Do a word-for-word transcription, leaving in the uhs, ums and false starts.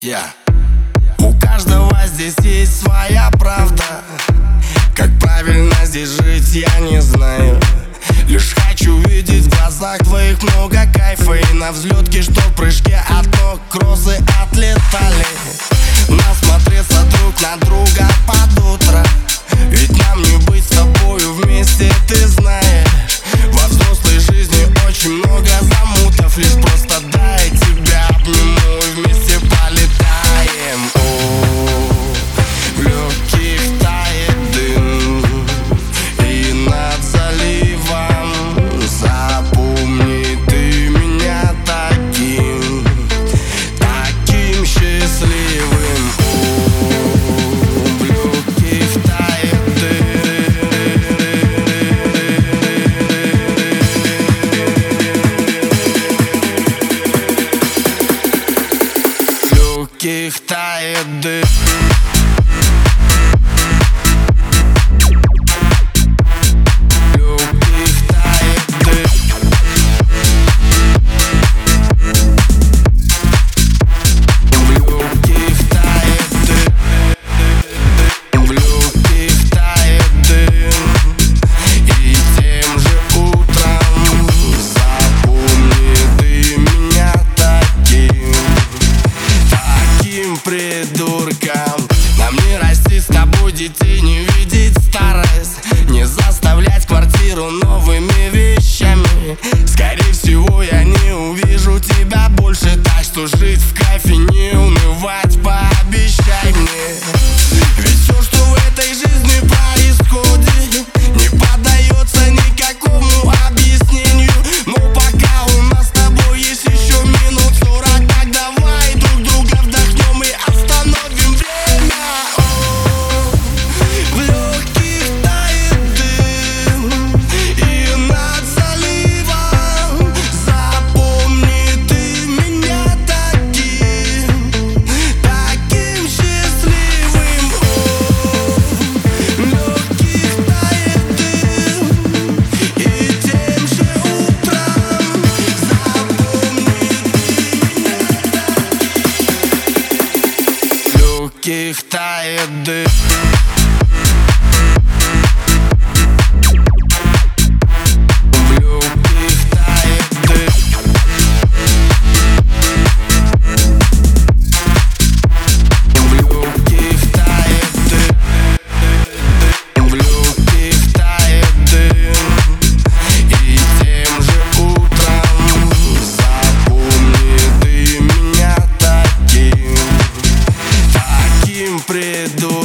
Yeah. У каждого здесь есть своя правда. Как правильно здесь жить, я не знаю. Лишь хочу видеть в глазах твоих много кайфа. И на взлетке, что в прыжке от ног кроссы отлетали. Насмотреться друг на друга под утро. Ведь нам не быть с тобою вместе, ты знаешь. Во взрослой жизни очень много замутов. Лишь просто дай тебя обниму и вместе полетаем. О, в легких тает дым, и над заливом запомни ты меня таким, таким счастливым. О, в легких тает дым, в легких тает дым. Придуркам нам не расти с тобой, детей не видеть старость, не заставлять квартиру новыми вещами. Скорее всего я не увижу тебя больше, так что жить в кайфе, не унывать, пообещай мне. Ведь все, что в этой жизни происходит, не поддается никакому объяснению. Но пока у нас с тобой есть еще минут сорок, так давай друг друга вдохнем и остановим время. О, в легких тает дым, и над заливом запомни ты меня таким, таким счастливым. О, в легких тает дым, и тем же утром запомни ты меня таким. В легких тает дым. Придурок.